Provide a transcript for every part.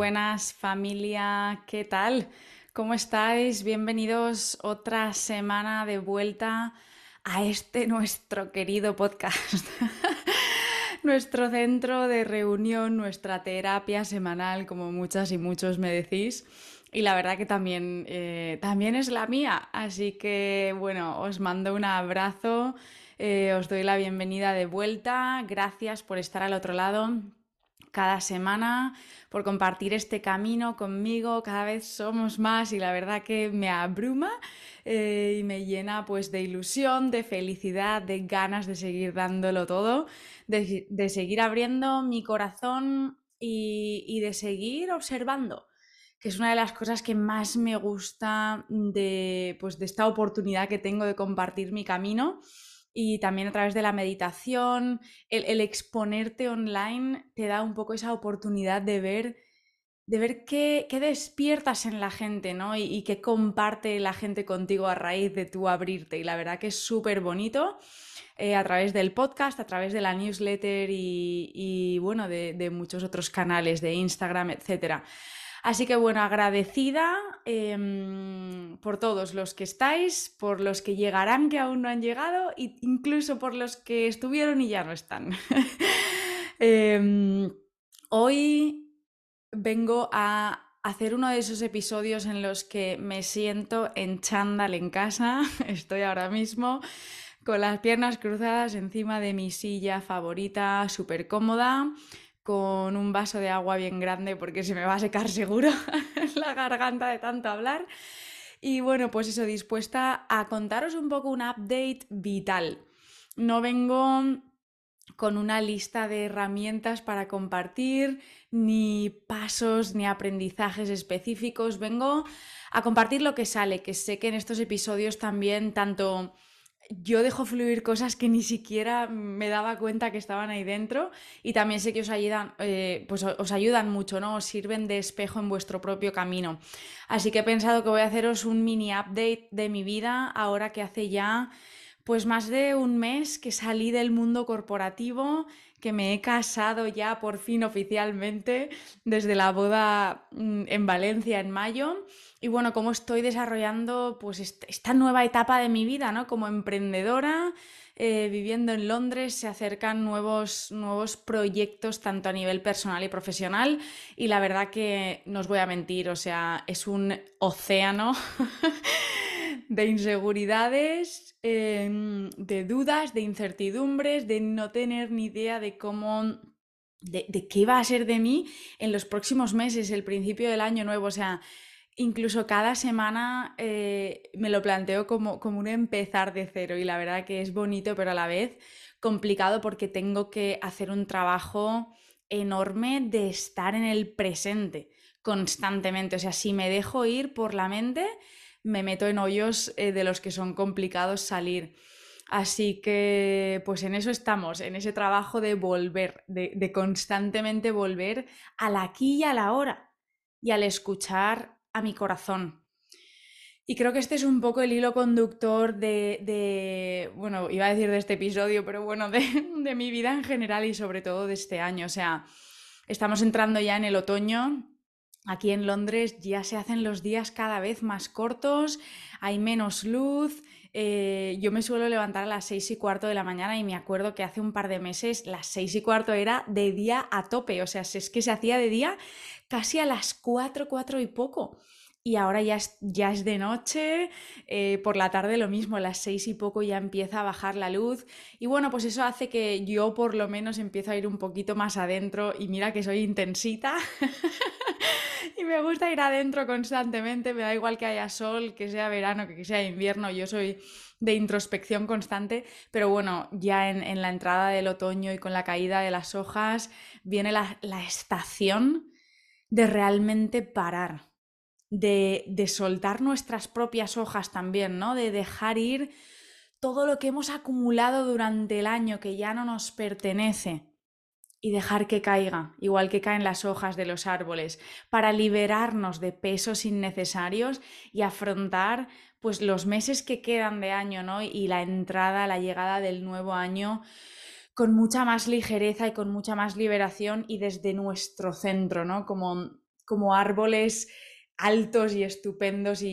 buenas familia, ¿qué tal? ¿Cómo estáis? Bienvenidos otra semana de vuelta a este nuestro querido podcast. Nuestro centro de reunión, nuestra terapia semanal, como muchas y muchos me decís. Y la verdad que también es la mía. Así que bueno, os mando un abrazo, os doy la bienvenida de vuelta. Gracias por estar al otro lado cada semana, por compartir este camino conmigo. Cada vez somos más y la verdad que me abruma y me llena pues de ilusión, de felicidad, de ganas de seguir dándolo todo, de seguir abriendo mi corazón y de seguir observando, que es una de las cosas que más me gusta de esta oportunidad que tengo de compartir mi camino. Y también a través de la meditación, el exponerte online te da un poco esa oportunidad de ver qué despiertas en la gente, ¿no? Y qué comparte la gente contigo a raíz de tú abrirte. Y la verdad que es súper bonito, a través del podcast, a través de la newsletter y bueno, de muchos otros canales, de Instagram, etcétera. Así que bueno, agradecida por todos los que estáis, por los que llegarán que aún no han llegado e incluso por los que estuvieron y ya no están. Eh, Hoy vengo a hacer uno de esos episodios en los que me siento en chándal en casa. Estoy ahora mismo con las piernas cruzadas encima de mi silla favorita, súper cómoda, con un vaso de agua bien grande porque se me va a secar seguro la garganta de tanto hablar. Y bueno, pues eso, dispuesta a contaros un poco un update vital. No vengo con una lista de herramientas para compartir, ni pasos, ni aprendizajes específicos. Vengo a compartir lo que sale, que sé que en estos episodios también tanto yo dejo fluir cosas que ni siquiera me daba cuenta que estaban ahí dentro, y también sé que os ayudan, pues os ayudan mucho, ¿no? Os sirven de espejo en vuestro propio camino. Así que he pensado que voy a haceros un mini update de mi vida ahora que hace ya pues más de un mes que salí del mundo corporativo, que me he casado ya por fin oficialmente desde la boda en Valencia en mayo. Y bueno, cómo estoy desarrollando pues esta nueva etapa de mi vida, ¿no? Como emprendedora, viviendo en Londres, se acercan nuevos proyectos tanto a nivel personal y profesional, y la verdad que no os voy a mentir, o sea, es un océano de inseguridades, de dudas, de incertidumbres, de no tener ni idea de cómo, de qué va a ser de mí en los próximos meses, el principio del año nuevo. O sea, incluso cada semana me lo planteo como un empezar de cero, y la verdad que es bonito, pero a la vez complicado porque tengo que hacer un trabajo enorme de estar en el presente constantemente. O sea, si me dejo ir por la mente, me meto en hoyos de los que son complicados salir. Así que pues en eso estamos, en ese trabajo de volver, de constantemente volver al aquí y a la hora y al escuchar a mi corazón. Y creo que este es un poco el hilo conductor bueno, iba a decir de este episodio, pero bueno, de mi vida en general y sobre todo de este año. O sea, estamos entrando ya en el otoño. Aquí en Londres ya se hacen los días cada vez más cortos, hay menos luz. Yo me suelo levantar a las 6:15 de la mañana, y me acuerdo que hace un par de meses las 6:15 era de día a tope. O sea, es que se hacía de día casi a las 4, 4 y poco. Y ahora ya es de noche, por la tarde lo mismo, a las 6 y poco ya empieza a bajar la luz. Y bueno, pues eso hace que yo por lo menos empiezo a ir un poquito más adentro, y mira que soy intensita. Y me gusta ir adentro constantemente, me da igual que haya sol, que sea verano, que sea invierno, yo soy de introspección constante. Pero bueno, ya en la entrada del otoño y con la caída de las hojas viene la estación de realmente parar, de soltar nuestras propias hojas también, ¿no? De dejar ir todo lo que hemos acumulado durante el año que ya no nos pertenece, y dejar que caiga, igual que caen las hojas de los árboles, para liberarnos de pesos innecesarios y afrontar pues los meses que quedan de año, ¿no? Y la entrada, la llegada del nuevo año con mucha más ligereza y con mucha más liberación, y desde nuestro centro, ¿no? Como como árboles altos y estupendos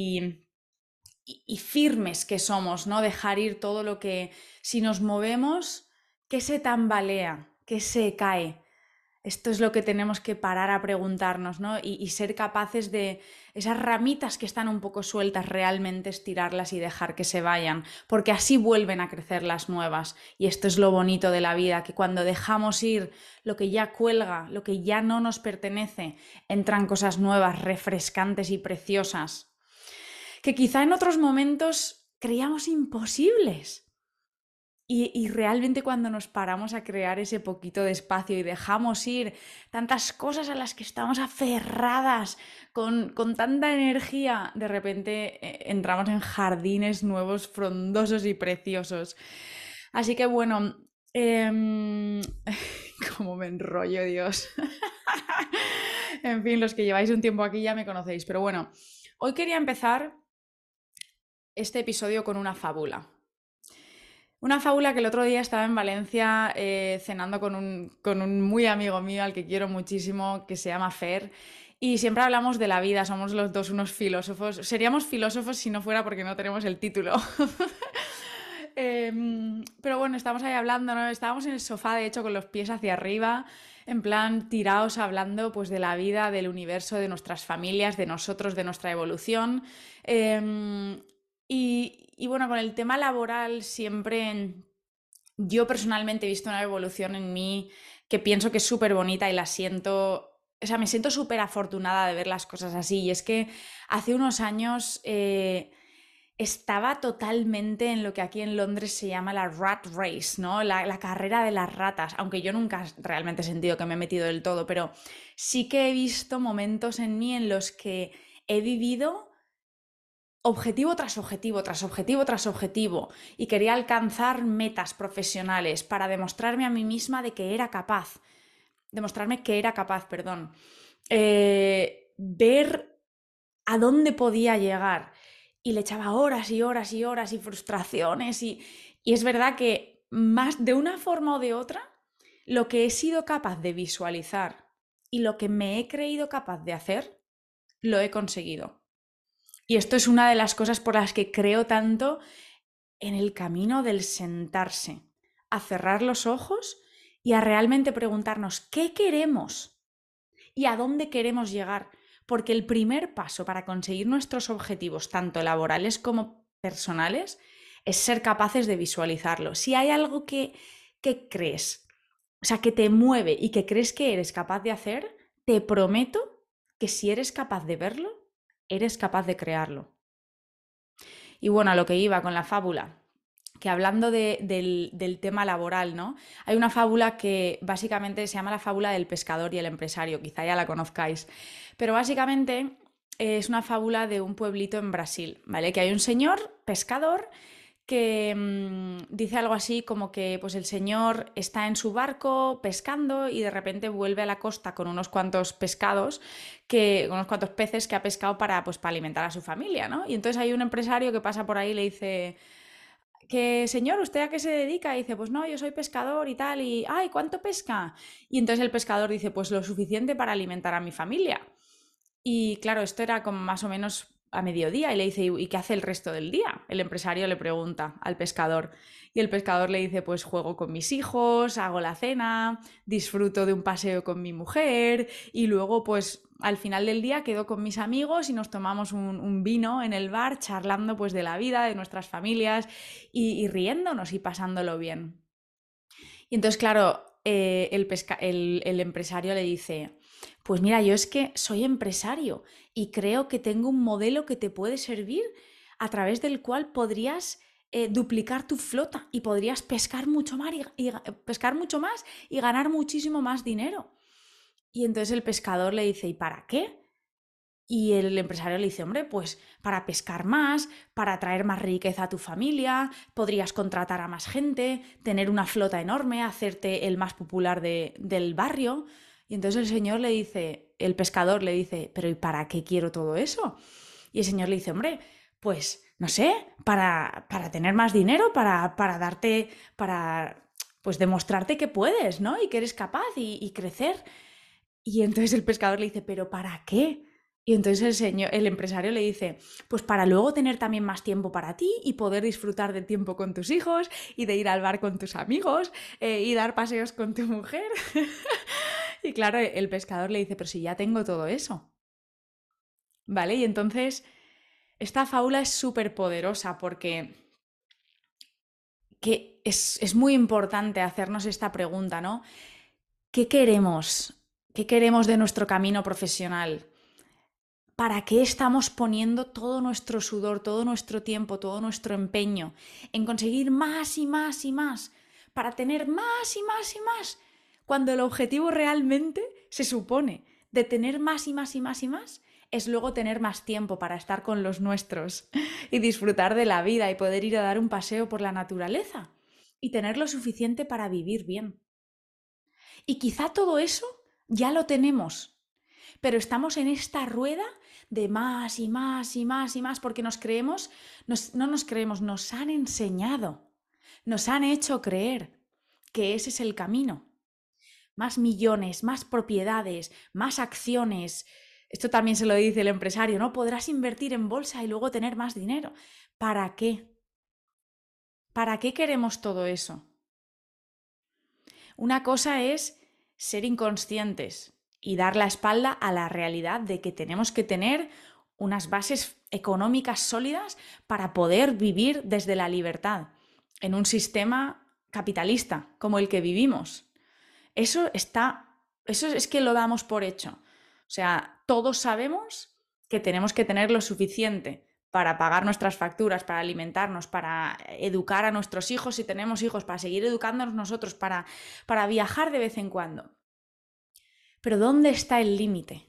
y firmes que somos, ¿no? Dejar ir todo lo que, si nos movemos, que se tambalea, que se cae. Esto es lo que tenemos que parar a preguntarnos, ¿no? Y ser capaces de esas ramitas que están un poco sueltas, realmente estirarlas y dejar que se vayan, porque así vuelven a crecer las nuevas. Y esto es lo bonito de la vida, que cuando dejamos ir lo que ya cuelga, lo que ya no nos pertenece, entran cosas nuevas, refrescantes y preciosas, que quizá en otros momentos creíamos imposibles. Y realmente cuando nos paramos a crear ese poquito de espacio y dejamos ir tantas cosas a las que estamos aferradas con tanta energía, de repente entramos en jardines nuevos, frondosos y preciosos. Así que bueno, como me enrollo, Dios. En fin, los que lleváis un tiempo aquí ya me conocéis, pero bueno, hoy quería empezar este episodio con una fábula. Una fábula que el otro día estaba en Valencia cenando con un muy amigo mío al que quiero muchísimo, que se llama Fer, y siempre hablamos de la vida, somos los dos unos filósofos. Seríamos filósofos si no fuera porque no tenemos el título. Pero bueno, estábamos ahí hablando, ¿no? Estábamos en el sofá, de hecho, con los pies hacia arriba, en plan tirados hablando pues de la vida, del universo, de nuestras familias, de nosotros, de nuestra evolución. Y bueno, con el tema laboral siempre yo personalmente he visto una evolución en mí que pienso que es súper bonita y la siento, o sea, me siento súper afortunada de ver las cosas así. Y es que hace unos años estaba totalmente en lo que aquí en Londres se llama la rat race, ¿no? La carrera de las ratas, aunque yo nunca realmente he sentido que me he metido del todo, pero sí que he visto momentos en mí en los que he vivido objetivo tras objetivo, tras objetivo, tras objetivo, y quería alcanzar metas profesionales para demostrarme a mí misma de que era capaz, demostrarme que era capaz, perdón, ver a dónde podía llegar. Y le echaba horas y horas y horas y frustraciones y es verdad que más de una forma o de otra, lo que he sido capaz de visualizar y lo que me he creído capaz de hacer, lo he conseguido. Y esto es una de las cosas por las que creo tanto en el camino del sentarse, a cerrar los ojos y a realmente preguntarnos qué queremos y a dónde queremos llegar. Porque el primer paso para conseguir nuestros objetivos, tanto laborales como personales, es ser capaces de visualizarlo. Si hay algo que crees, o sea, que te mueve y que crees que eres capaz de hacer, te prometo que si eres capaz de verlo, eres capaz de crearlo. Y bueno, a lo que iba con la fábula, que hablando del tema laboral, ¿no? Hay una fábula que básicamente se llama la fábula del pescador y el empresario, quizá ya la conozcáis, pero básicamente es una fábula de un pueblito en Brasil, ¿vale? Que hay un señor pescador que dice algo así como que pues el señor está en su barco pescando y de repente vuelve a la costa con unos cuantos pescados, unos cuantos peces que ha pescado pues, para alimentar a su familia, ¿no? Y entonces hay un empresario que pasa por ahí y le dice que, señor, ¿usted a qué se dedica? Y dice, pues no, yo soy pescador y tal, y, ay, ¿cuánto pesca? Y entonces el pescador dice, pues lo suficiente para alimentar a mi familia. Y claro, esto era como más o menos a mediodía y le dice, ¿y qué hace el resto del día? El empresario le pregunta al pescador y el pescador le dice, pues juego con mis hijos, hago la cena, disfruto de un paseo con mi mujer y luego pues al final del día quedo con mis amigos y nos tomamos un vino en el bar charlando pues de la vida, de nuestras familias y riéndonos y pasándolo bien. Y entonces, claro, el empresario le dice, pues mira, yo es que soy empresario y creo que tengo un modelo que te puede servir a través del cual podrías duplicar tu flota y podrías pescar mucho más pescar mucho más y ganar muchísimo más dinero. Y entonces el pescador le dice, ¿y para qué? Y el empresario le dice, hombre, pues para pescar más, para traer más riqueza a tu familia, podrías contratar a más gente, tener una flota enorme, hacerte el más popular del barrio. Y entonces el señor le dice, el pescador le dice, pero ¿y para qué quiero todo eso? Y el señor le dice, hombre, pues no sé, para tener más dinero, para darte, para pues demostrarte que puedes, ¿no? Y que eres capaz y crecer. Y entonces el pescador le dice, ¿pero para qué? Y entonces el empresario le dice, pues para luego tener también más tiempo para ti y poder disfrutar del tiempo con tus hijos y de ir al bar con tus amigos y dar paseos con tu mujer. Y claro, el pescador le dice, pero si ya tengo todo eso. ¿Vale? Y entonces esta fábula es súper poderosa porque es muy importante hacernos esta pregunta, ¿no? ¿Qué queremos? ¿Qué queremos de nuestro camino profesional? ¿Para qué estamos poniendo todo nuestro sudor, todo nuestro tiempo, todo nuestro empeño en conseguir más y más y más? Para tener más y más y más. Cuando el objetivo realmente se supone de tener más y más y más y más es luego tener más tiempo para estar con los nuestros y disfrutar de la vida y poder ir a dar un paseo por la naturaleza y tener lo suficiente para vivir bien. Y quizá todo eso ya lo tenemos, pero estamos en esta rueda de más y más y más y más porque no nos creemos, nos han enseñado, nos han hecho creer que ese es el camino. Más millones, más propiedades, más acciones. Esto también se lo dice el empresario, ¿no? Podrás invertir en bolsa y luego tener más dinero. ¿Para qué? ¿Para qué queremos todo eso? Una cosa es ser inconscientes y dar la espalda a la realidad de que tenemos que tener unas bases económicas sólidas para poder vivir desde la libertad en un sistema capitalista como el que vivimos. Eso es que lo damos por hecho. O sea, todos sabemos que tenemos que tener lo suficiente para pagar nuestras facturas, para alimentarnos, para educar a nuestros hijos si tenemos hijos, para seguir educándonos nosotros, para viajar de vez en cuando. Pero ¿dónde está el límite?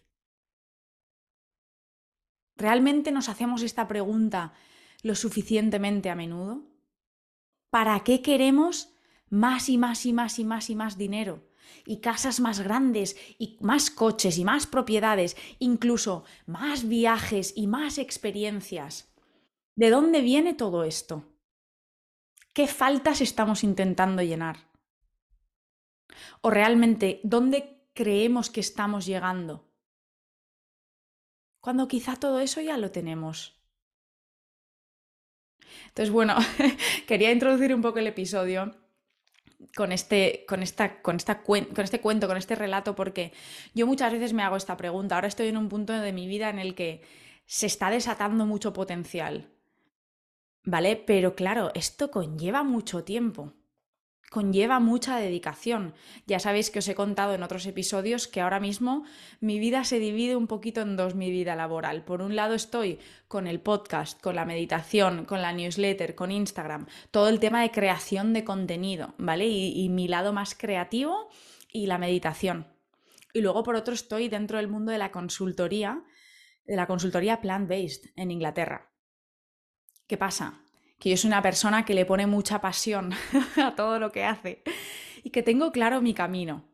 ¿Realmente nos hacemos esta pregunta lo suficientemente a menudo? ¿Para qué queremos más y más y más y más y más dinero? Y casas más grandes, y más coches, y más propiedades, incluso más viajes y más experiencias. ¿De dónde viene todo esto? ¿Qué faltas estamos intentando llenar? ¿O realmente dónde creemos que estamos llegando? Cuando quizá todo eso ya lo tenemos. Entonces, bueno, quería introducir un poco el episodio con este cuento, con este relato, porque yo muchas veces me hago esta pregunta. Ahora estoy en un punto de mi vida en el que se está desatando mucho potencial, ¿vale? Pero claro, esto conlleva mucho tiempo, conlleva mucha dedicación. Ya sabéis que os he contado en otros episodios que ahora mismo mi vida se divide un poquito en dos, mi vida laboral. Por un lado estoy con el podcast, con la meditación, con la newsletter, con Instagram, todo el tema de creación de contenido, ¿vale? Y mi lado más creativo y la meditación. Y luego por otro estoy dentro del mundo de la consultoría plant-based en Inglaterra. ¿Qué pasa? Que yo soy una persona que le pone mucha pasión a todo lo que hace y que tengo claro mi camino.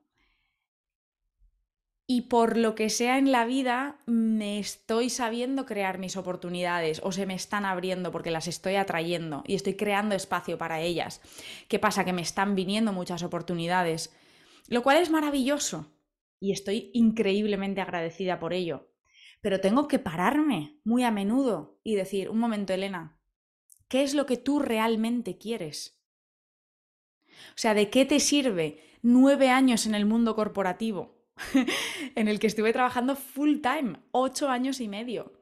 Y por lo que sea en la vida, me estoy sabiendo crear mis oportunidades o se me están abriendo porque las estoy atrayendo y estoy creando espacio para ellas. ¿Qué pasa? Que me están viniendo muchas oportunidades, lo cual es maravilloso y estoy increíblemente agradecida por ello. Pero tengo que pararme muy a menudo y decir, un momento, Elena, ¿qué es lo que tú realmente quieres? O sea, ¿de qué te sirve 9 años en el mundo corporativo en el que estuve trabajando full time, 8 años y medio?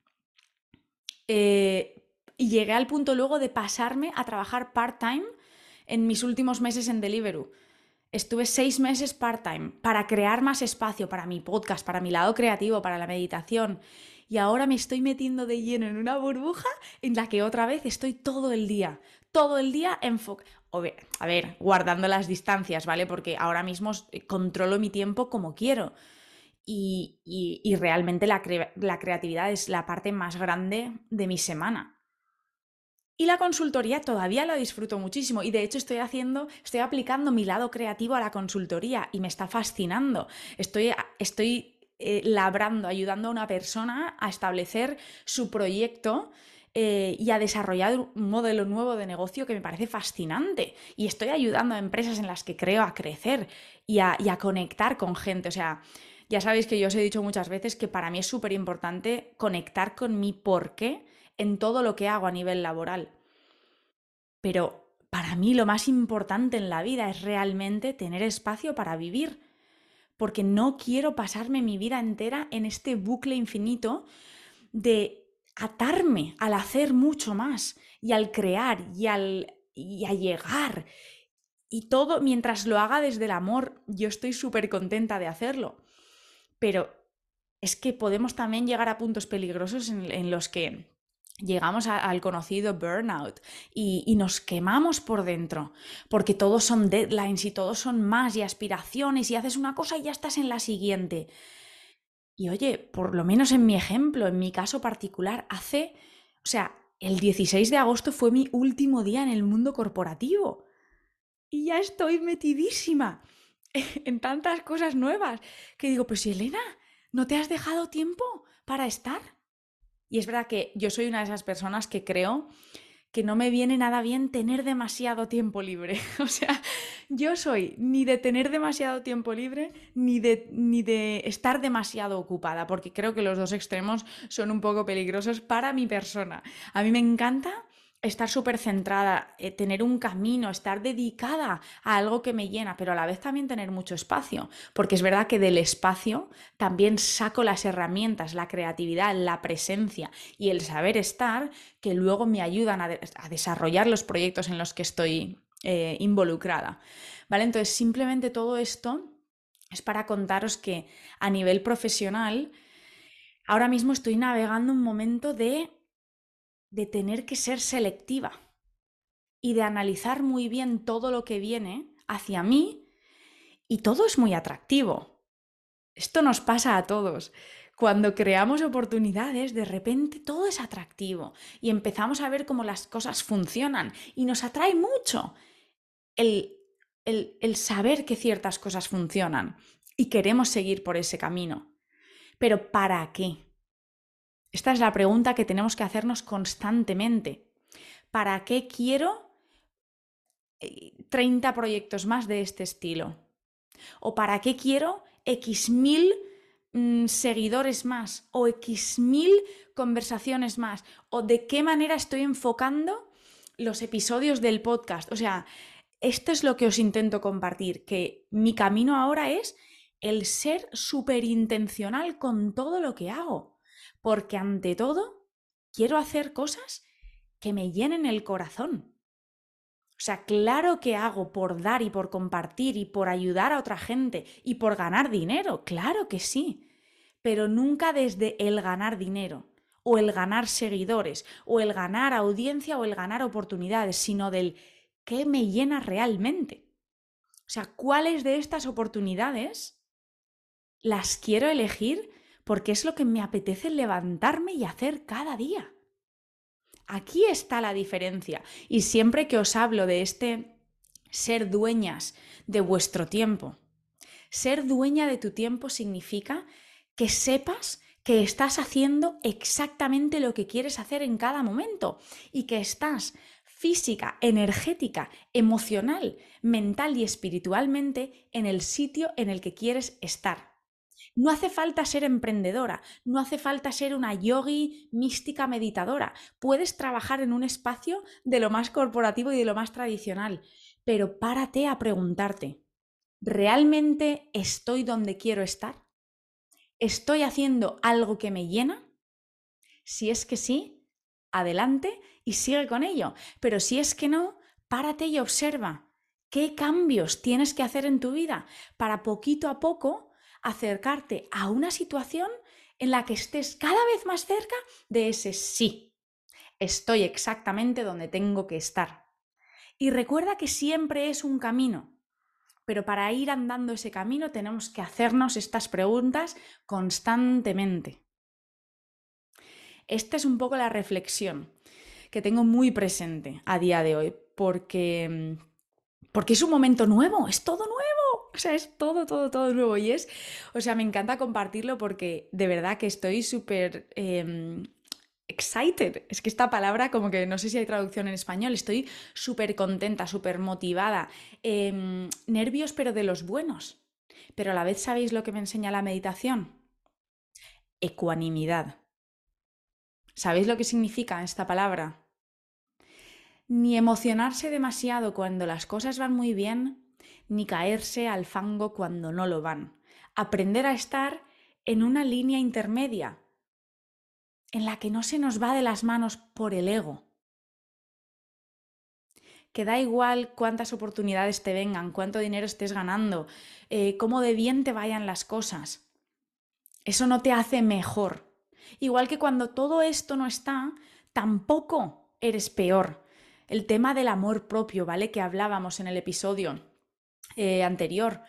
Y llegué al punto luego de pasarme a trabajar part-time en mis últimos meses en Deliveroo. Estuve 6 meses part-time para crear más espacio para mi podcast, para mi lado creativo, para la meditación. Y ahora me estoy metiendo de lleno en una burbuja en la que otra vez estoy todo el día enfocado. A ver, guardando las distancias, ¿vale? Porque ahora mismo controlo mi tiempo como quiero. Y realmente la creatividad es la parte más grande de mi semana. Y la consultoría todavía la disfruto muchísimo y de hecho estoy aplicando mi lado creativo a la consultoría y me está fascinando. Estoy labrando, ayudando a una persona a establecer su proyecto y a desarrollar un modelo nuevo de negocio que me parece fascinante. Y estoy ayudando a empresas en las que creo a crecer y a conectar con gente. O sea, Ya sabéis que yo os he dicho muchas veces que para mí es súper importante conectar con mi porqué en todo lo que hago a nivel laboral. Pero para mí lo más importante en la vida es realmente tener espacio para vivir, porque no quiero pasarme mi vida entera en este bucle infinito de atarme al hacer mucho más y al crear y a llegar. Y todo mientras lo haga desde el amor, yo estoy súper contenta de hacerlo. Pero es que podemos también llegar a puntos peligrosos en los que llegamos al conocido burnout y nos quemamos por dentro, porque todos son deadlines y todos son más y aspiraciones y haces una cosa y ya estás en la siguiente. Y oye, por lo menos en mi ejemplo, en mi caso particular, o sea, el 16 de agosto fue mi último día en el mundo corporativo y ya estoy metidísima en tantas cosas nuevas que digo, pues Elena, ¿no te has dejado tiempo para estar? Y es verdad que yo soy una de esas personas que creo que no me viene nada bien tener demasiado tiempo libre. O sea, yo soy ni de tener demasiado tiempo libre ni de estar demasiado ocupada, porque creo que los dos extremos son un poco peligrosos para mi persona. A mí me encanta estar súper centrada, tener un camino, estar dedicada a algo que me llena, pero a la vez también tener mucho espacio, porque es verdad que del espacio también saco las herramientas, la creatividad, la presencia y el saber estar que luego me ayudan a desarrollar los proyectos en los que estoy involucrada. ¿Vale? Entonces, simplemente todo esto es para contaros que a nivel profesional, ahora mismo estoy navegando un momento de tener que ser selectiva y de analizar muy bien todo lo que viene hacia mí y todo es muy atractivo. Esto nos pasa a todos. Cuando creamos oportunidades, de repente todo es atractivo y empezamos a ver cómo las cosas funcionan y nos atrae mucho el, el saber que ciertas cosas funcionan y queremos seguir por ese camino. Pero ¿para qué? Esta es la pregunta que tenemos que hacernos constantemente. ¿Para qué quiero 30 proyectos más de este estilo? ¿O para qué quiero X mil seguidores más? ¿O X mil conversaciones más? ¿O de qué manera estoy enfocando los episodios del podcast? O sea, esto es lo que os intento compartir, que mi camino ahora es el ser súper intencional con todo lo que hago. Porque ante todo, quiero hacer cosas que me llenen el corazón. O sea, claro que hago por dar y por compartir y por ayudar a otra gente y por ganar dinero, claro que sí, pero nunca desde el ganar dinero o el ganar seguidores o el ganar audiencia o el ganar oportunidades, sino del qué me llena realmente. O sea, ¿cuáles de estas oportunidades las quiero elegir porque es lo que me apetece levantarme y hacer cada día? Aquí está la diferencia. Y siempre que os hablo de este ser dueñas de vuestro tiempo, ser dueña de tu tiempo significa que sepas que estás haciendo exactamente lo que quieres hacer en cada momento y que estás física, energética, emocional, mental y espiritualmente en el sitio en el que quieres estar. No hace falta ser emprendedora, no hace falta ser una yogi mística meditadora. Puedes trabajar en un espacio de lo más corporativo y de lo más tradicional, pero párate a preguntarte, ¿realmente estoy donde quiero estar? ¿Estoy haciendo algo que me llena? Si es que sí, adelante y sigue con ello. Pero si es que no, párate y observa qué cambios tienes que hacer en tu vida para poquito a poco acercarte a una situación en la que estés cada vez más cerca de ese sí. Estoy exactamente donde tengo que estar. Y recuerda que siempre es un camino, pero para ir andando ese camino tenemos que hacernos estas preguntas constantemente. Esta es un poco la reflexión que tengo muy presente a día de hoy, porque es un momento nuevo, es todo nuevo, o sea, es todo, todo, todo nuevo y o sea, me encanta compartirlo porque de verdad que estoy súper excited, es que esta palabra como que no sé si hay traducción en español, estoy súper contenta, súper motivada, nervios pero de los buenos. Pero a la vez, ¿sabéis lo que me enseña la meditación? Ecuanimidad. ¿Sabéis lo que significa esta palabra? Ni emocionarse demasiado cuando las cosas van muy bien, ni caerse al fango cuando no lo van. Aprender a estar en una línea intermedia, en la que no se nos va de las manos por el ego. Que da igual cuántas oportunidades te vengan, cuánto dinero estés ganando, cómo de bien te vayan las cosas. Eso no te hace mejor. Igual que cuando todo esto no está, tampoco eres peor. El tema del amor propio, ¿vale? Que hablábamos en el episodio anterior.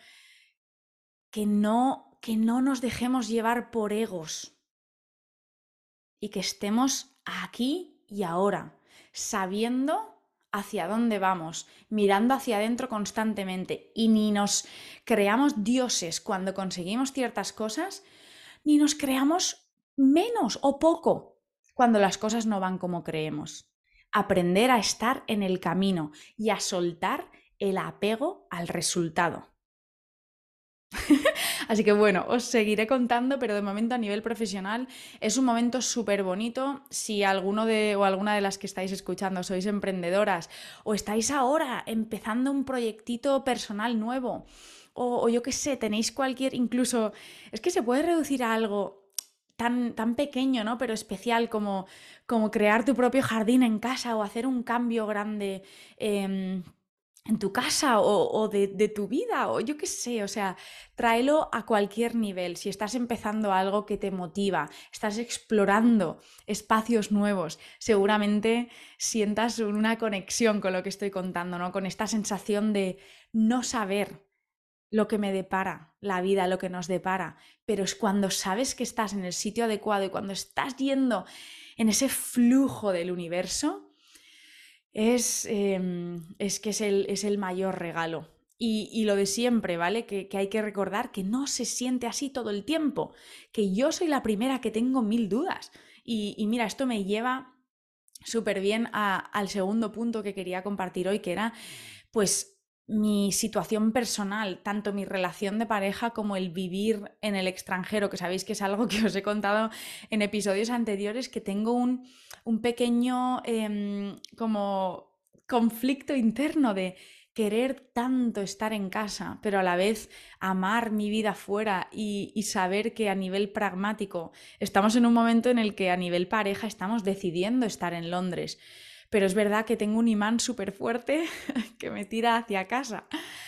Que no nos dejemos llevar por egos y que estemos aquí y ahora, sabiendo hacia dónde vamos, mirando hacia adentro constantemente y ni nos creamos dioses cuando conseguimos ciertas cosas, ni nos creamos menos o poco cuando las cosas no van como creemos. Aprender a estar en el camino y a soltar el apego al resultado. Así que bueno, os seguiré contando, pero de momento a nivel profesional es un momento súper bonito. Si alguno de o alguna de las que estáis escuchando sois emprendedoras o estáis ahora empezando un proyectito personal nuevo o yo qué sé, tenéis cualquier, incluso, es que se puede reducir a algo tan pequeño, ¿no? Pero especial como crear tu propio jardín en casa o hacer un cambio grande. En tu casa o de tu vida o yo qué sé, o sea, tráelo a cualquier nivel. Si estás empezando algo que te motiva, estás explorando espacios nuevos, seguramente sientas una conexión con lo que estoy contando, ¿no? Con esta sensación de no saber lo que me depara la vida, lo que nos depara, pero es cuando sabes que estás en el sitio adecuado y cuando estás yendo en ese flujo del universo es que es el mayor regalo. Y lo de siempre, ¿vale? Que hay que recordar que no se siente así todo el tiempo, que yo soy la primera que tengo mil dudas. Y mira, esto me lleva súper bien al segundo punto que quería compartir hoy, que era pues mi situación personal, tanto mi relación de pareja como el vivir en el extranjero, que sabéis que es algo que os he contado en episodios anteriores, que tengo un pequeño como conflicto interno de querer tanto estar en casa, pero a la vez amar mi vida fuera y saber que a nivel pragmático estamos en un momento en el que a nivel pareja estamos decidiendo estar en Londres. Pero es verdad que tengo un imán súper fuerte que me tira hacia casa.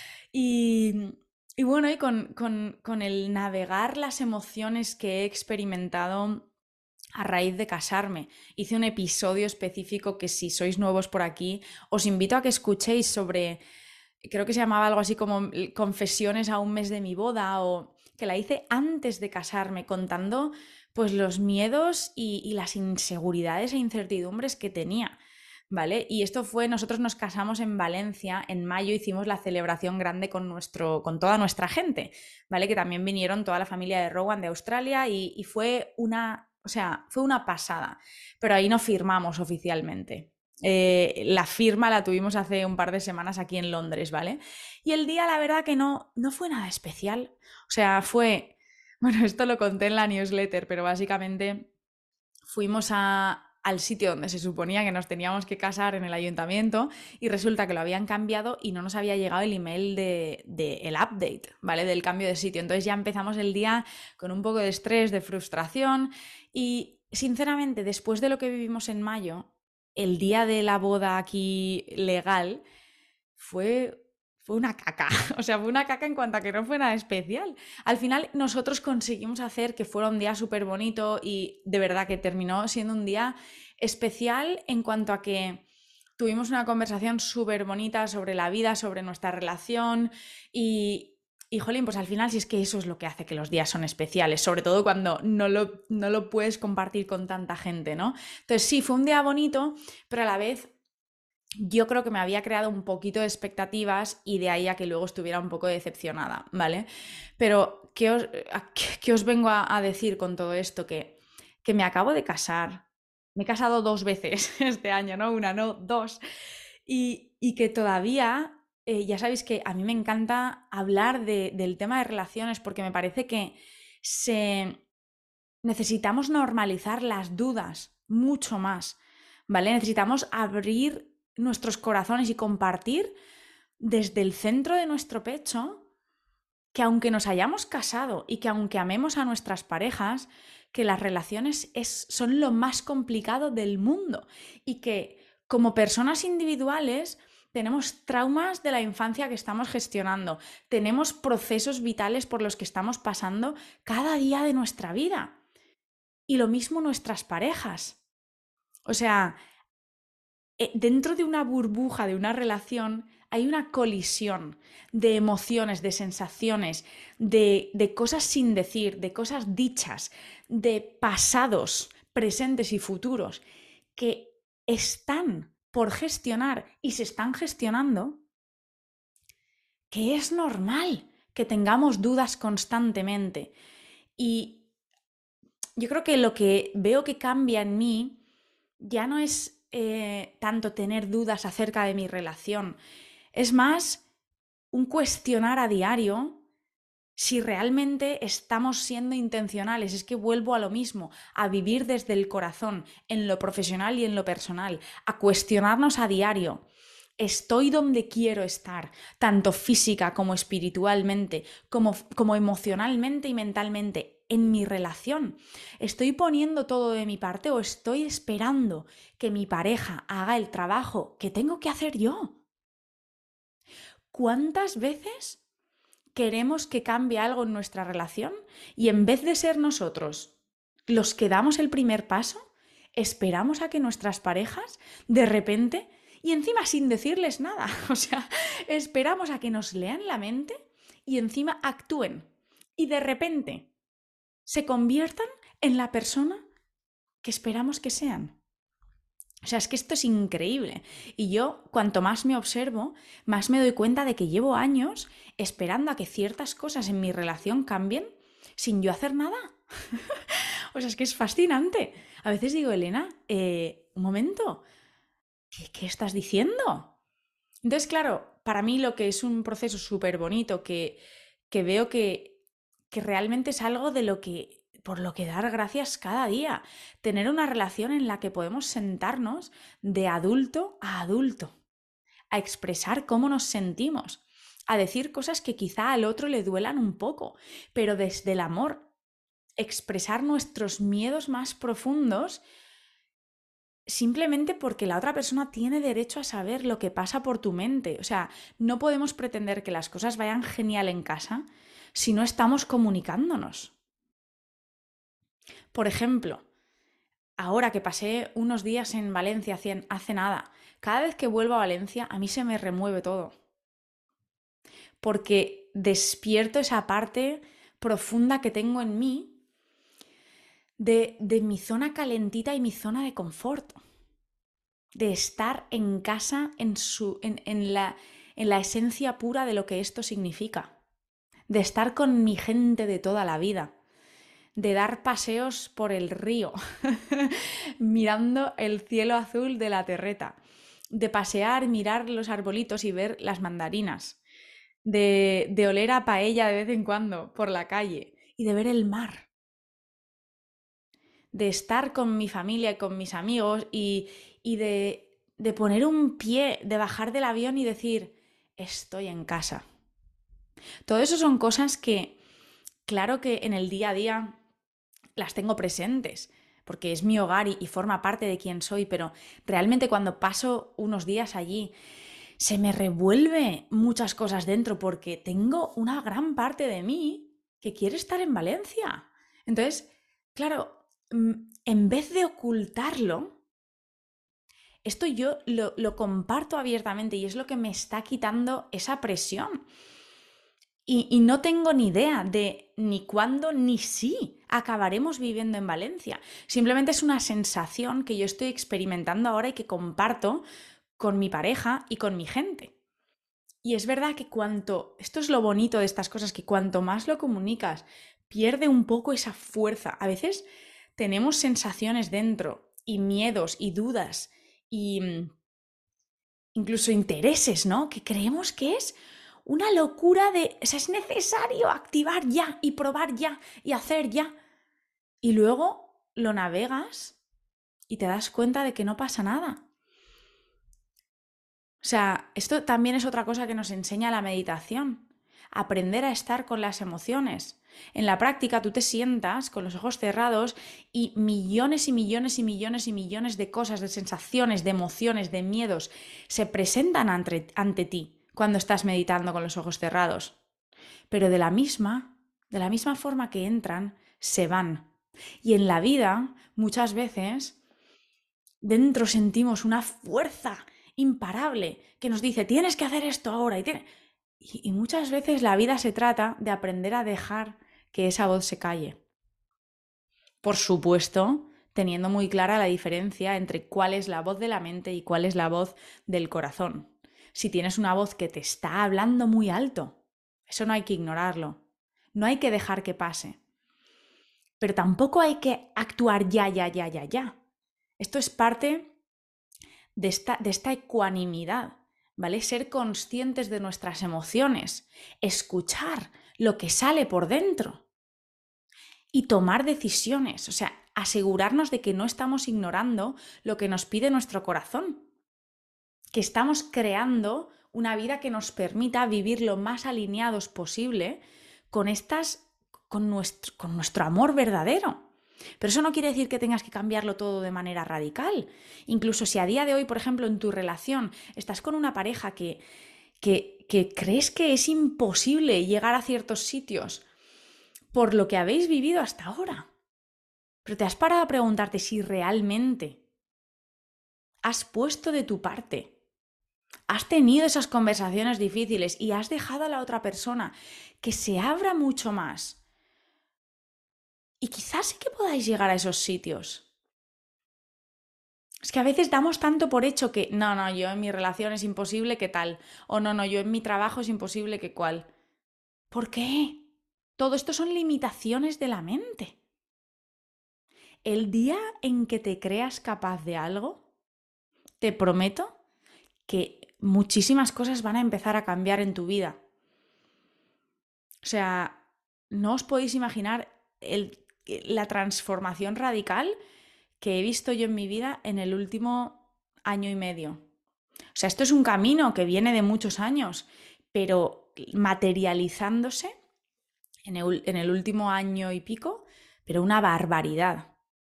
Y, y bueno, y con el navegar las emociones que he experimentado a raíz de casarme. Hice un episodio específico que si sois nuevos por aquí, os invito a que escuchéis sobre, creo que se llamaba algo así como confesiones a un mes de mi boda, o que la hice antes de casarme, contando pues los miedos y las inseguridades e incertidumbres que tenía. ¿Vale? Y esto fue, nosotros nos casamos en Valencia, en mayo hicimos la celebración grande con toda nuestra gente, ¿vale? Que también vinieron toda la familia de Rowan de Australia y fue o sea, fue una pasada, pero ahí no firmamos oficialmente. La firma la tuvimos hace un par de semanas aquí en Londres, ¿vale? Y el día, la verdad que no fue nada especial. O sea, bueno, esto lo conté en la newsletter, pero básicamente fuimos al sitio donde se suponía que nos teníamos que casar en el ayuntamiento y resulta que lo habían cambiado y no nos había llegado el email de el update, ¿vale? Del cambio de sitio. Entonces ya empezamos el día con un poco de estrés, de frustración y sinceramente después de lo que vivimos en mayo, el día de la boda aquí legal fue fue una caca, o sea, fue una caca en cuanto a que no fue nada especial. Al final nosotros conseguimos hacer que fuera un día súper bonito y de verdad que terminó siendo un día especial en cuanto a que tuvimos una conversación súper bonita sobre la vida, sobre nuestra relación y jolín, pues al final sí es que eso es lo que hace que los días son especiales, sobre todo cuando no lo puedes compartir con tanta gente, ¿no? Entonces sí, fue un día bonito, pero a la vez yo creo que me había creado un poquito de expectativas y de ahí a que luego estuviera un poco decepcionada, ¿vale? Pero, ¿qué os vengo a decir con todo esto? Que me acabo de casar. Me he casado dos veces este año, no una, no dos. Y que todavía ya sabéis que a mí me encanta hablar del tema de relaciones porque me parece que se, necesitamos normalizar las dudas mucho más, ¿vale? Necesitamos abrir nuestros corazones y compartir desde el centro de nuestro pecho que aunque nos hayamos casado y que aunque amemos a nuestras parejas, que las relaciones son lo más complicado del mundo y que como personas individuales tenemos traumas de la infancia que estamos gestionando, tenemos procesos vitales por los que estamos pasando cada día de nuestra vida. Y lo mismo nuestras parejas. O sea, dentro de una burbuja, de una relación, hay una colisión de emociones, de sensaciones, de cosas sin decir, de cosas dichas, de pasados, presentes y futuros que están por gestionar y se están gestionando, que es normal que tengamos dudas constantemente. Y yo creo que lo que veo que cambia en mí ya no es tanto tener dudas acerca de mi relación, es más un cuestionar a diario si realmente estamos siendo intencionales. Es que vuelvo a lo mismo, a vivir desde el corazón, en lo profesional y en lo personal, a cuestionarnos a diario. Estoy donde quiero estar, tanto física como espiritualmente, como emocionalmente y mentalmente, en mi relación. ¿Estoy poniendo todo de mi parte o estoy esperando que mi pareja haga el trabajo que tengo que hacer yo? ¿Cuántas veces queremos que cambie algo en nuestra relación y en vez de ser nosotros los que damos el primer paso, esperamos a que nuestras parejas de repente, y encima sin decirles nada, o sea, esperamos a que nos lean la mente y encima actúen y de repente se conviertan en la persona que esperamos que sean? O sea, es que esto es increíble. Y yo, cuanto más me observo, más me doy cuenta de que llevo años esperando a que ciertas cosas en mi relación cambien sin yo hacer nada. O sea, es que es fascinante. A veces digo, Elena, un momento, ¿qué estás diciendo? Entonces, claro, para mí lo que es un proceso súper bonito, que veo que realmente es algo de lo que, por lo que dar gracias cada día. Tener una relación en la que podemos sentarnos de adulto a adulto, a expresar cómo nos sentimos, a decir cosas que quizá al otro le duelan un poco, pero desde el amor, expresar nuestros miedos más profundos simplemente porque la otra persona tiene derecho a saber lo que pasa por tu mente. O sea, no podemos pretender que las cosas vayan genial en casa si no estamos comunicándonos. Por ejemplo, ahora que pasé unos días en Valencia hace nada, cada vez que vuelvo a Valencia a mí se me remueve todo, porque despierto esa parte profunda que tengo en mí de mi zona calentita y mi zona de confort, de estar en casa en la esencia pura de lo que esto significa, de estar con mi gente de toda la vida, de dar paseos por el río, mirando el cielo azul de la terreta, de pasear, mirar los arbolitos y ver las mandarinas, de oler a paella de vez en cuando por la calle y de ver el mar, de estar con mi familia y con mis amigos y de poner un pie, de bajar del avión y decir, estoy en casa. Todo eso son cosas que, claro que en el día a día las tengo presentes, porque es mi hogar y forma parte de quién soy, pero realmente cuando paso unos días allí, se me revuelve muchas cosas dentro porque tengo una gran parte de mí que quiere estar en Valencia. Entonces, claro, en vez de ocultarlo, esto yo lo comparto abiertamente y es lo que me está quitando esa presión. Y no tengo ni idea de ni cuándo ni si acabaremos viviendo en Valencia. Simplemente es una sensación que yo estoy experimentando ahora y que comparto con mi pareja y con mi gente. Y es verdad que esto es lo bonito de estas cosas, que cuanto más lo comunicas, pierde un poco esa fuerza. A veces tenemos sensaciones dentro y miedos y dudas y incluso intereses, ¿no? Que creemos que es una locura o sea, es necesario activar ya y probar ya y hacer ya. Y luego lo navegas y te das cuenta de que no pasa nada. O sea, esto también es otra cosa que nos enseña la meditación. Aprender a estar con las emociones. En la práctica tú te sientas con los ojos cerrados y millones y millones y millones y millones de cosas, de sensaciones, de emociones, de miedos se presentan ante ti cuando estás meditando con los ojos cerrados. Pero de la misma forma que entran, se van. Y en la vida, muchas veces, dentro sentimos una fuerza imparable que nos dice, tienes que hacer esto ahora. Y muchas veces la vida se trata de aprender a dejar que esa voz se calle. Por supuesto, teniendo muy clara la diferencia entre cuál es la voz de la mente y cuál es la voz del corazón. Si tienes una voz que te está hablando muy alto, eso no hay que ignorarlo. No hay que dejar que pase. Pero tampoco hay que actuar ya, ya, ya, ya, ya. Esto es parte de esta ecuanimidad, ¿vale? Ser conscientes de nuestras emociones, escuchar lo que sale por dentro y tomar decisiones, o sea, asegurarnos de que no estamos ignorando lo que nos pide nuestro corazón, que estamos creando una vida que nos permita vivir lo más alineados posible con con nuestro amor verdadero. Pero eso no quiere decir que tengas que cambiarlo todo de manera radical. Incluso si a día de hoy, por ejemplo, en tu relación estás con una pareja que crees que es imposible llegar a ciertos sitios por lo que habéis vivido hasta ahora. Pero te has parado a preguntarte si realmente has puesto de tu parte, has tenido esas conversaciones difíciles y has dejado a la otra persona que se abra mucho más. Y quizás sí que podáis llegar a esos sitios. Es que a veces damos tanto por hecho que no, yo en mi relación es imposible que tal, o no, yo en mi trabajo es imposible que cual. ¿Por qué? Todo esto son limitaciones de la mente. El día en que te creas capaz de algo, te prometo que muchísimas cosas van a empezar a cambiar en tu vida. O sea, no os podéis imaginar la transformación radical que he visto yo en mi vida en el último año y medio. O sea, esto es un camino que viene de muchos años, pero materializándose en el último año y pico, pero una barbaridad.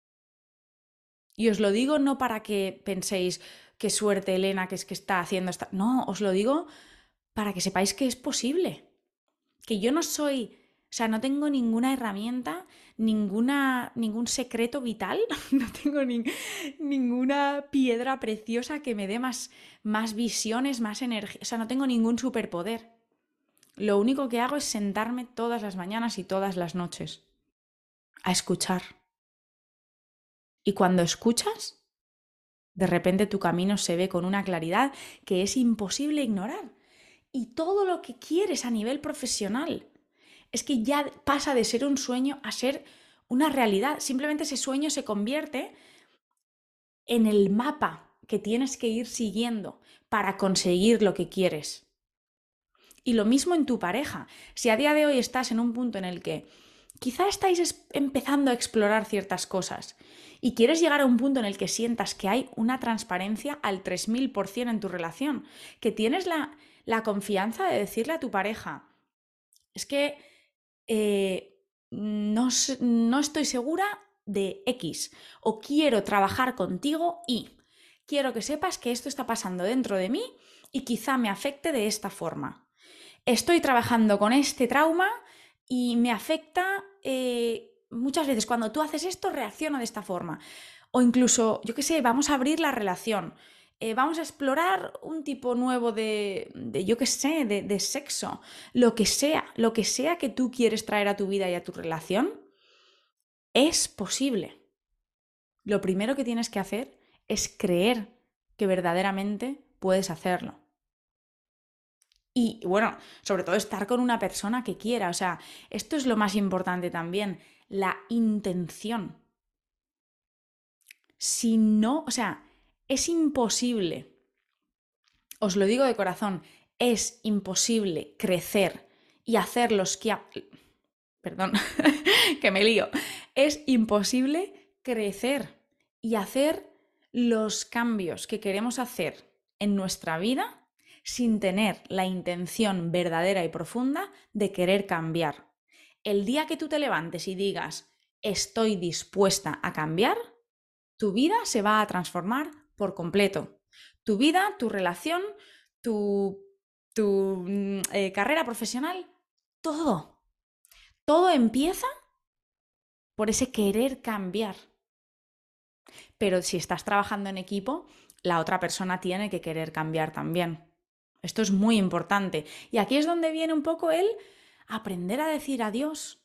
Y os lo digo no para que penséis, qué suerte Elena, que es que está haciendo esta... No, os lo digo para que sepáis que es posible. Que yo no soy, o sea, no tengo ninguna herramienta, ningún secreto vital, no tengo ninguna piedra preciosa que me dé más visiones, más energía, o sea, no tengo ningún superpoder. Lo único que hago es sentarme todas las mañanas y todas las noches a escuchar. Y cuando escuchas, de repente tu camino se ve con una claridad que es imposible ignorar. Y todo lo que quieres a nivel profesional es que ya pasa de ser un sueño a ser una realidad. Simplemente ese sueño se convierte en el mapa que tienes que ir siguiendo para conseguir lo que quieres. Y lo mismo en tu pareja. Si a día de hoy estás en un punto en el que quizá estáis empezando a explorar ciertas cosas y quieres llegar a un punto en el que sientas que hay una transparencia al 3000% en tu relación, que tienes la confianza de decirle a tu pareja, es que no estoy segura de X o quiero trabajar contigo y quiero que sepas que esto está pasando dentro de mí y quizá me afecte de esta forma. Estoy trabajando con este trauma y me afecta muchas veces cuando tú haces esto reacciono de esta forma. O incluso, yo qué sé, vamos a abrir la relación. Vamos a explorar un tipo nuevo yo qué sé, de sexo. Lo que sea que tú quieres traer a tu vida y a tu relación, es posible. Lo primero que tienes que hacer es creer que verdaderamente puedes hacerlo. Y bueno, sobre todo estar con una persona que quiera. O sea, esto es lo más importante también, la intención. Si no, o sea, es imposible os lo digo de corazón, es imposible crecer y hacer los que... Perdón, que me lío. Es imposible crecer y hacer los cambios que queremos hacer en nuestra vida sin tener la intención verdadera y profunda de querer cambiar. El día que tú te levantes y digas, estoy dispuesta a cambiar, tu vida se va a transformar por completo. Tu vida, tu relación, tu carrera profesional, todo. Todo empieza por ese querer cambiar. Pero si estás trabajando en equipo, la otra persona tiene que querer cambiar también. Esto es muy importante. Y aquí es donde viene un poco el aprender a decir adiós.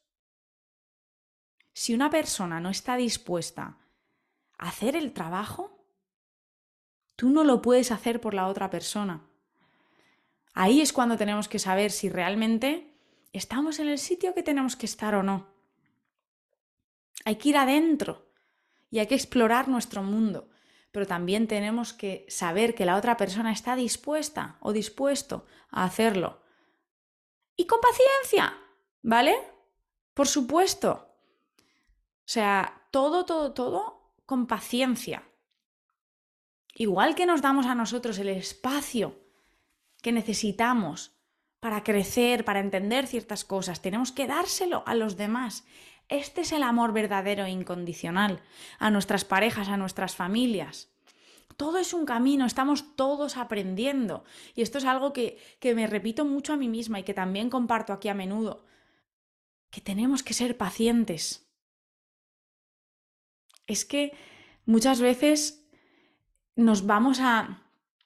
Si una persona no está dispuesta a hacer el trabajo, tú no lo puedes hacer por la otra persona. Ahí es cuando tenemos que saber si realmente estamos en el sitio que tenemos que estar o no. Hay que ir adentro y hay que explorar nuestro mundo, pero también tenemos que saber que la otra persona está dispuesta o dispuesto a hacerlo. Y con paciencia, ¿vale? Por supuesto. O sea, todo con paciencia. Igual que nos damos a nosotros el espacio que necesitamos para crecer, para entender ciertas cosas, tenemos que dárselo a los demás. Este es el amor verdadero e incondicional, a nuestras parejas, a nuestras familias. Todo es un camino, estamos todos aprendiendo. Y esto es algo que me repito mucho a mí misma y que también comparto aquí a menudo, que tenemos que ser pacientes. Es que muchas veces nos vamos a...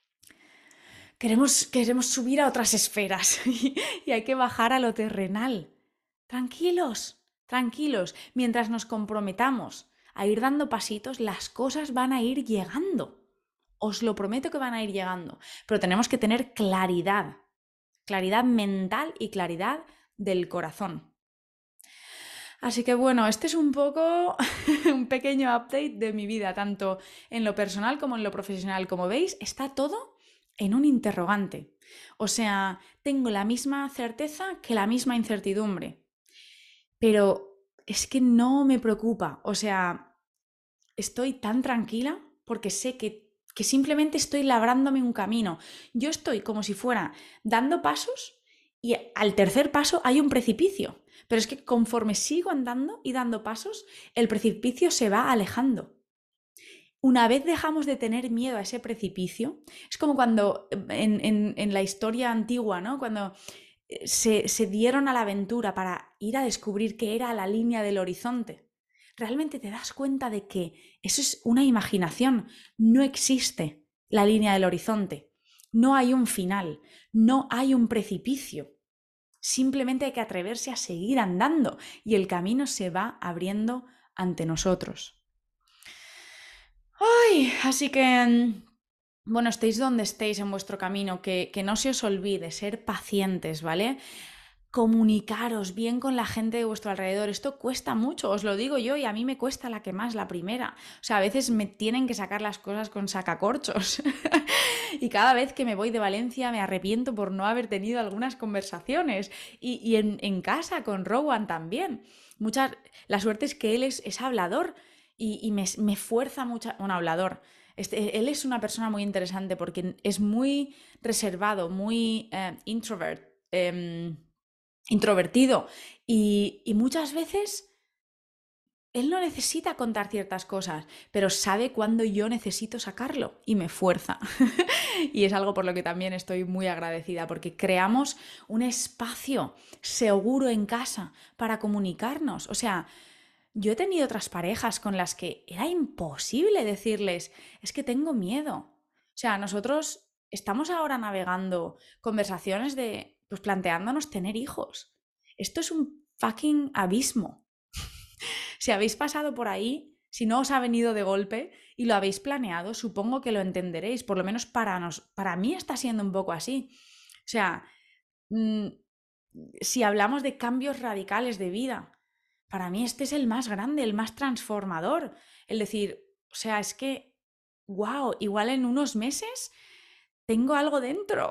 Queremos subir a otras esferas y hay que bajar a lo terrenal. Tranquilos, tranquilos. Mientras nos comprometamos a ir dando pasitos, las cosas van a ir llegando. Os lo prometo que van a ir llegando. Pero tenemos que tener claridad. Claridad mental y claridad del corazón. Así que bueno, este es un poco un pequeño update de mi vida, tanto en lo personal como en lo profesional. Como veis, está todo en un interrogante. O sea, tengo la misma certeza que la misma incertidumbre. Pero es que no me preocupa. O sea, estoy tan tranquila porque sé que simplemente estoy labrándome un camino. Yo estoy como si fuera dando pasos y al tercer paso hay un precipicio. Pero es que conforme sigo andando y dando pasos, el precipicio se va alejando. Una vez dejamos de tener miedo a ese precipicio, es como cuando en la historia antigua, ¿no? Cuando se dieron a la aventura para ir a descubrir qué era la línea del horizonte. Realmente te das cuenta de que eso es una imaginación, no existe la línea del horizonte, no hay un final, no hay un precipicio. Simplemente hay que atreverse a seguir andando y el camino se va abriendo ante nosotros. ¡Ay! Así que, bueno, estéis donde estéis en vuestro camino, que no se os olvide ser pacientes, ¿vale? Comunicaros bien con la gente de vuestro alrededor. Esto cuesta mucho, os lo digo yo, y a mí me cuesta la que más, la primera. O sea, a veces me tienen que sacar las cosas con sacacorchos. Y cada vez que me voy de Valencia me arrepiento por no haber tenido algunas conversaciones. Y en casa con Rowan también. La suerte es que él es hablador y me fuerza mucho. Un hablador. Él es una persona muy interesante porque es muy reservado, muy introvertido y muchas veces él no necesita contar ciertas cosas, pero sabe cuándo yo necesito sacarlo y me fuerza. Y es algo por lo que también estoy muy agradecida, porque creamos un espacio seguro en casa para comunicarnos. O sea, yo he tenido otras parejas con las que era imposible decirles, es que tengo miedo. O sea, nosotros estamos ahora navegando conversaciones de, pues planteándonos tener hijos. Esto es un fucking abismo. Si habéis pasado por ahí, si no os ha venido de golpe y lo habéis planeado, supongo que lo entenderéis. Por lo menos para mí está siendo un poco así. O sea, mmm, si hablamos de cambios radicales de vida, para mí este es el más grande, el más transformador. El decir, o sea, es que, wow, igual en unos meses tengo algo dentro.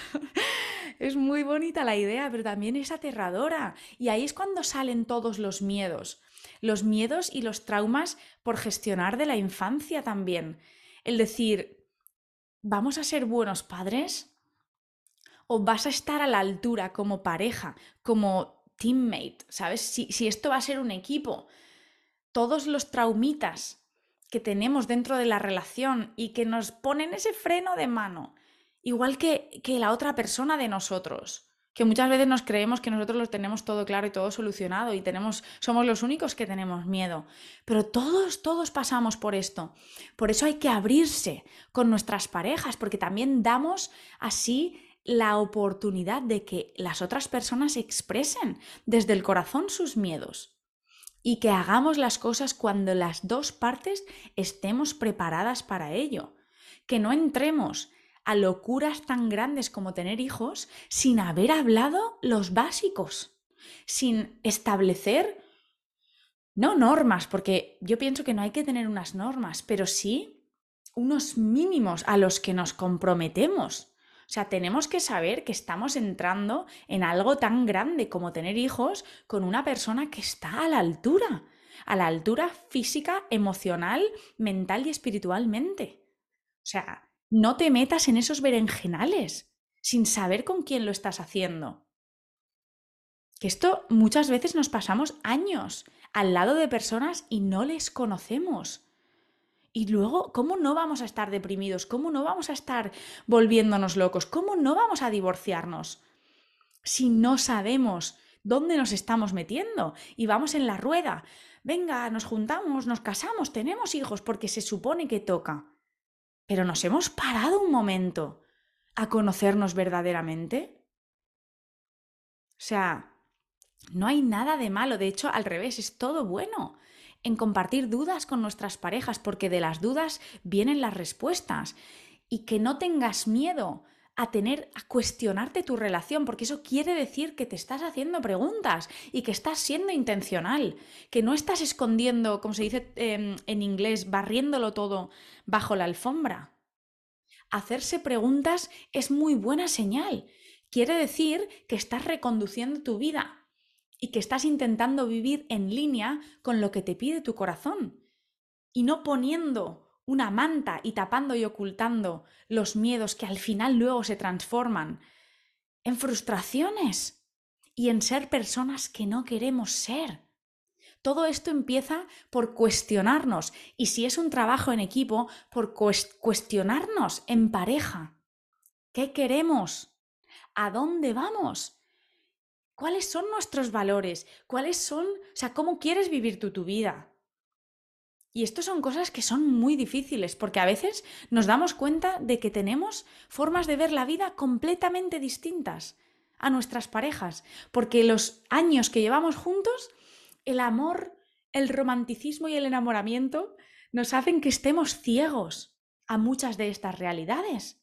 Es muy bonita la idea, pero también es aterradora. Y ahí es cuando salen todos los miedos y los traumas por gestionar de la infancia también. El decir, ¿vamos a ser buenos padres? ¿O vas a estar a la altura como pareja, como teammate? ¿Sabes? Si esto va a ser un equipo, todos los traumitas que tenemos dentro de la relación y que nos ponen ese freno de mano, igual que la otra persona de nosotros, que muchas veces nos creemos que nosotros lo tenemos todo claro y todo solucionado y somos los únicos que tenemos miedo. Pero todos pasamos por esto. Por eso hay que abrirse con nuestras parejas, porque también damos así la oportunidad de que las otras personas expresen desde el corazón sus miedos y que hagamos las cosas cuando las dos partes estemos preparadas para ello. Que no entremos a locuras tan grandes como tener hijos sin haber hablado los básicos, sin establecer, no normas, porque yo pienso que no hay que tener unas normas, pero sí unos mínimos a los que nos comprometemos. O sea, tenemos que saber que estamos entrando en algo tan grande como tener hijos con una persona que está a la altura física, emocional, mental y espiritualmente. O sea, no te metas en esos berenjenales sin saber con quién lo estás haciendo. Que esto muchas veces nos pasamos años al lado de personas y no les conocemos. Y luego, ¿cómo no vamos a estar deprimidos? ¿Cómo no vamos a estar volviéndonos locos? ¿Cómo no vamos a divorciarnos si no sabemos dónde nos estamos metiendo? Y vamos en la rueda. Venga, nos juntamos, nos casamos, tenemos hijos porque se supone que toca. Pero nos hemos parado un momento a conocernos verdaderamente. O sea, no hay nada de malo, de hecho, al revés, es todo bueno en compartir dudas con nuestras parejas, porque de las dudas vienen las respuestas. Y que no tengas miedo a cuestionarte tu relación, porque eso quiere decir que te estás haciendo preguntas y que estás siendo intencional, que no estás escondiendo, como se dice en inglés, barriéndolo todo bajo la alfombra. Hacerse preguntas es muy buena señal. Quiere decir que estás reconduciendo tu vida y que estás intentando vivir en línea con lo que te pide tu corazón y no poniendo una manta y tapando y ocultando los miedos que al final luego se transforman en frustraciones y en ser personas que no queremos ser. Todo esto empieza por cuestionarnos y si es un trabajo en equipo, por cuestionarnos en pareja. ¿Qué queremos? ¿A dónde vamos? ¿Cuáles son nuestros valores? ¿Cómo quieres vivir tú tu vida? Y esto son cosas que son muy difíciles porque a veces nos damos cuenta de que tenemos formas de ver la vida completamente distintas a nuestras parejas, porque los años que llevamos juntos, el amor, el romanticismo y el enamoramiento nos hacen que estemos ciegos a muchas de estas realidades.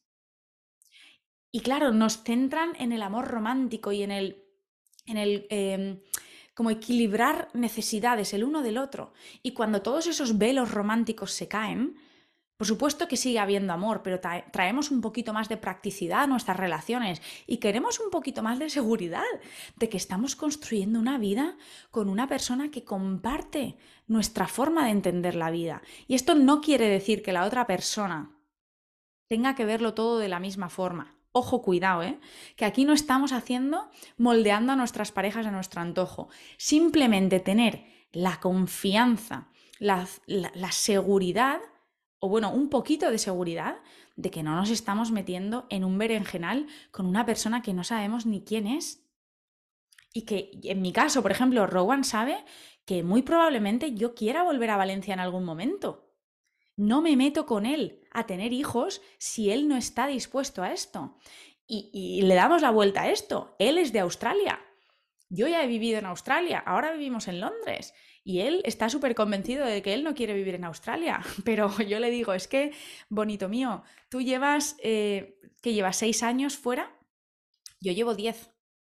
Y claro, nos centran en el amor romántico y en el como equilibrar necesidades el uno del otro. Y cuando todos esos velos románticos se caen, por supuesto que sigue habiendo amor, pero traemos un poquito más de practicidad a nuestras relaciones y queremos un poquito más de seguridad de que estamos construyendo una vida con una persona que comparte nuestra forma de entender la vida. Y esto no quiere decir que la otra persona tenga que verlo todo de la misma forma. Ojo, cuidado, que aquí no estamos moldeando a nuestras parejas a nuestro antojo. Simplemente tener la confianza, la seguridad, o bueno, un poquito de seguridad de que no nos estamos metiendo en un berenjenal con una persona que no sabemos ni quién es. Y que en mi caso, por ejemplo, Rowan sabe que muy probablemente yo quiera volver a Valencia en algún momento. No me meto con él a tener hijos si él no está dispuesto a esto. Y le damos la vuelta a esto. Él es de Australia. Yo ya he vivido en Australia, ahora vivimos en Londres. Y él está súper convencido de que él no quiere vivir en Australia. Pero yo le digo, es que, bonito mío, tú que llevas 6 años fuera, yo llevo 10.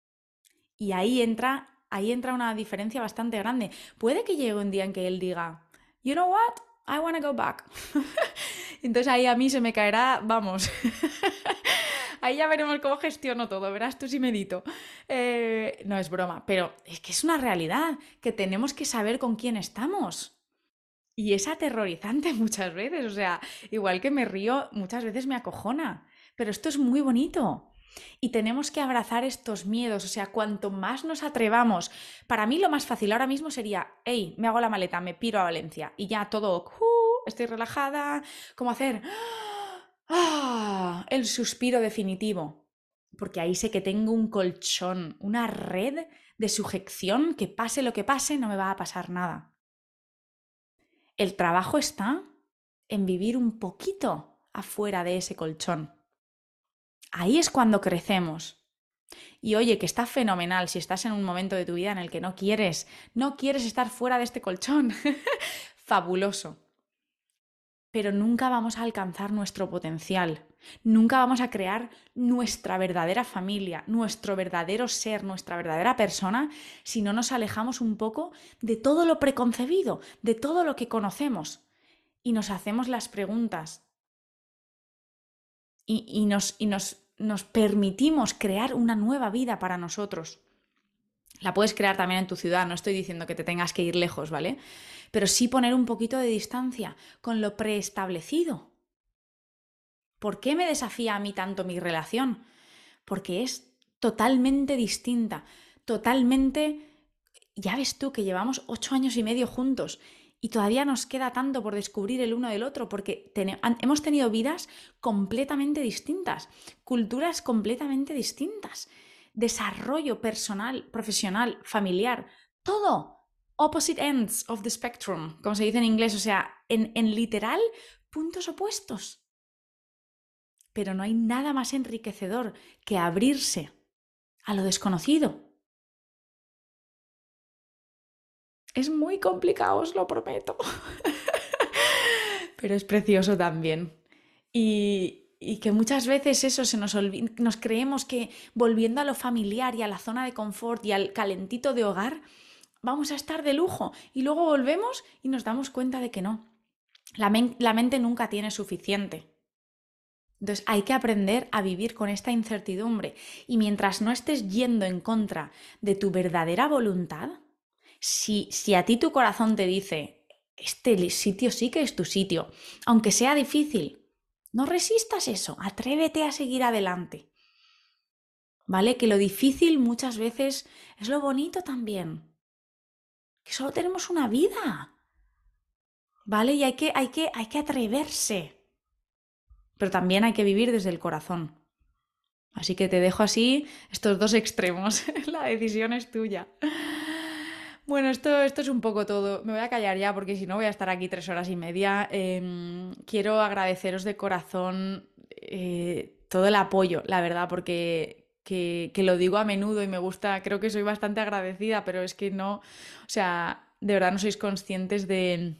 Y ahí entra una diferencia bastante grande. Puede que llegue un día en que él diga, you know what, I want to go back. Entonces ahí a mí se me caerá, vamos. Ahí ya veremos cómo gestiono todo, verás tú si medito. No es broma, pero es que es una realidad, que tenemos que saber con quién estamos. Y es aterrorizante muchas veces, o sea, igual que me río, muchas veces me acojona. Pero esto es muy bonito. Y tenemos que abrazar estos miedos, o sea, cuanto más nos atrevamos. Para mí lo más fácil ahora mismo sería, hey, me hago la maleta, me piro a Valencia y ya todo, estoy relajada, ¿cómo hacer? El suspiro definitivo. Porque ahí sé que tengo un colchón, una red de sujeción que pase lo que pase, no me va a pasar nada. El trabajo está en vivir un poquito afuera de ese colchón. Ahí es cuando crecemos. Y oye, que está fenomenal si estás en un momento de tu vida en el que no quieres estar fuera de este colchón. Fabuloso. Pero nunca vamos a alcanzar nuestro potencial. Nunca vamos a crear nuestra verdadera familia, nuestro verdadero ser, nuestra verdadera persona, si no nos alejamos un poco de todo lo preconcebido, de todo lo que conocemos. Y nos hacemos las preguntas. Y nos permitimos crear una nueva vida para nosotros. La puedes crear también en tu ciudad, no estoy diciendo que te tengas que ir lejos, ¿vale? Pero sí poner un poquito de distancia con lo preestablecido. ¿Por qué me desafía a mí tanto mi relación? Porque es totalmente distinta, totalmente... Ya ves tú que llevamos 8 años y medio juntos y todavía nos queda tanto por descubrir el uno del otro porque hemos tenido vidas completamente distintas, culturas completamente distintas, desarrollo personal, profesional, familiar, todo. Opposite ends of the spectrum, como se dice en inglés, o sea, en literal, puntos opuestos. Pero no hay nada más enriquecedor que abrirse a lo desconocido. Es muy complicado, os lo prometo. Pero es precioso también. Y que muchas veces eso nos creemos que volviendo a lo familiar y a la zona de confort y al calentito de hogar, vamos a estar de lujo. Y luego volvemos y nos damos cuenta de que no. La mente nunca tiene suficiente. Entonces hay que aprender a vivir con esta incertidumbre. Y mientras no estés yendo en contra de tu verdadera voluntad, si a ti tu corazón te dice, este sitio sí que es tu sitio, aunque sea difícil, no resistas eso, atrévete a seguir adelante. ¿Vale? Que lo difícil muchas veces es lo bonito también. Que solo tenemos una vida. ¿Vale? Y hay que atreverse. Pero también hay que vivir desde el corazón. Así que te dejo así estos dos extremos. La decisión es tuya. Bueno, esto es un poco todo. Me voy a callar ya porque si no voy a estar aquí 3 horas y media. Quiero agradeceros de corazón todo el apoyo, la verdad, porque que lo digo a menudo y me gusta, creo que soy bastante agradecida, pero es que no, o sea, de verdad no sois conscientes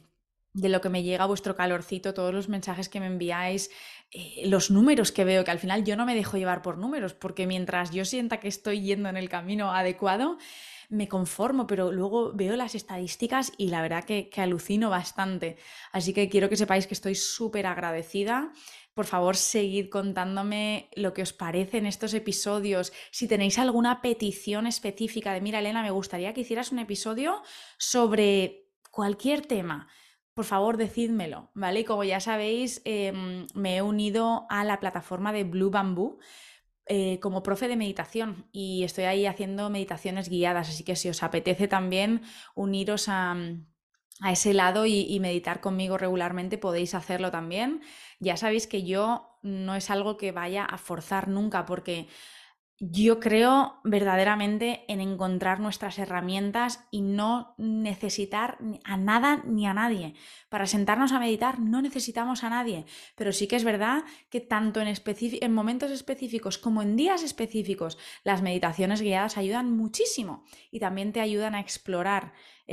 de lo que me llega vuestro calorcito, todos los mensajes que me enviáis, los números que veo, que al final yo no me dejo llevar por números, porque mientras yo sienta que estoy yendo en el camino adecuado, me conformo, pero luego veo las estadísticas y la verdad que alucino bastante. Así que quiero que sepáis que estoy súper agradecida. Por favor, seguid contándome lo que os parece en estos episodios. Si tenéis alguna petición específica de, mira, Elena, me gustaría que hicieras un episodio sobre cualquier tema. Por favor, decídmelo, ¿vale? Y como ya sabéis, me he unido a la plataforma de Blue Bamboo como profe de meditación y estoy ahí haciendo meditaciones guiadas, así que si os apetece también uniros a ese lado y meditar conmigo regularmente, podéis hacerlo también. Ya sabéis que yo no es algo que vaya a forzar nunca porque yo creo verdaderamente en encontrar nuestras herramientas y no necesitar a nada ni a nadie. Para sentarnos a meditar no necesitamos a nadie, pero sí que es verdad que tanto en momentos específicos como en días específicos las meditaciones guiadas ayudan muchísimo y también te ayudan a explorar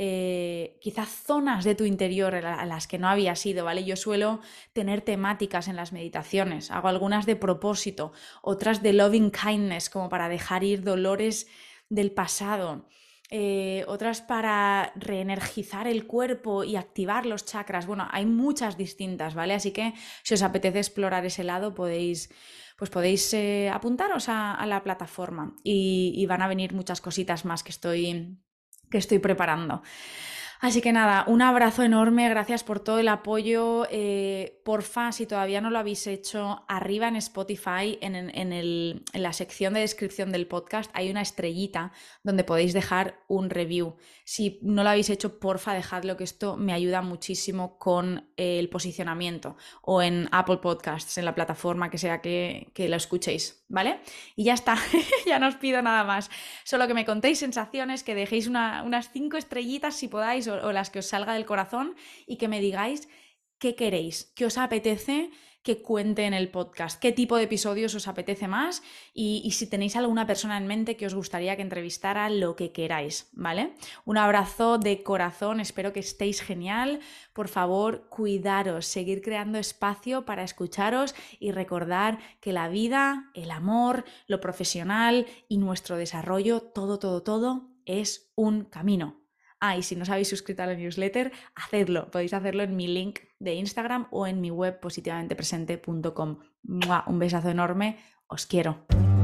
quizás zonas de tu interior a las que no habías ido, ¿vale? Yo suelo tener temáticas en las meditaciones, hago algunas de propósito, otras de loving kindness, como para dejar ir dolores del pasado. otras para reenergizar el cuerpo y activar los chakras. Bueno, hay muchas distintas, ¿vale? Así que si os apetece explorar ese lado, podéis apuntaros a la plataforma y van a venir muchas cositas más que estoy preparando. Así que nada, un abrazo enorme, gracias por todo el apoyo. Porfa, si todavía no lo habéis hecho, arriba en Spotify, en la sección de descripción del podcast, hay una estrellita donde podéis dejar un review. Si no lo habéis hecho, porfa, dejadlo, que esto me ayuda muchísimo con el posicionamiento, o en Apple Podcasts, en la plataforma que sea que lo escuchéis, ¿vale? Y ya está, ya no os pido nada más. Solo que me contéis sensaciones, que dejéis unas 5 estrellitas si podáis, o las que os salga del corazón, y que me digáis qué queréis, qué os apetece que cuente en el podcast, qué tipo de episodios os apetece más, y si tenéis alguna persona en mente que os gustaría que entrevistara, lo que queráis, ¿vale? Un abrazo de corazón, espero que estéis genial. Por favor, cuidaros, seguir creando espacio para escucharos y recordar que la vida, el amor, lo profesional y nuestro desarrollo, todo es un camino. Y si no os habéis suscrito a la newsletter, hacedlo. Podéis hacerlo en mi link de Instagram o en mi web positivamentepresente.com. Un besazo enorme, os quiero.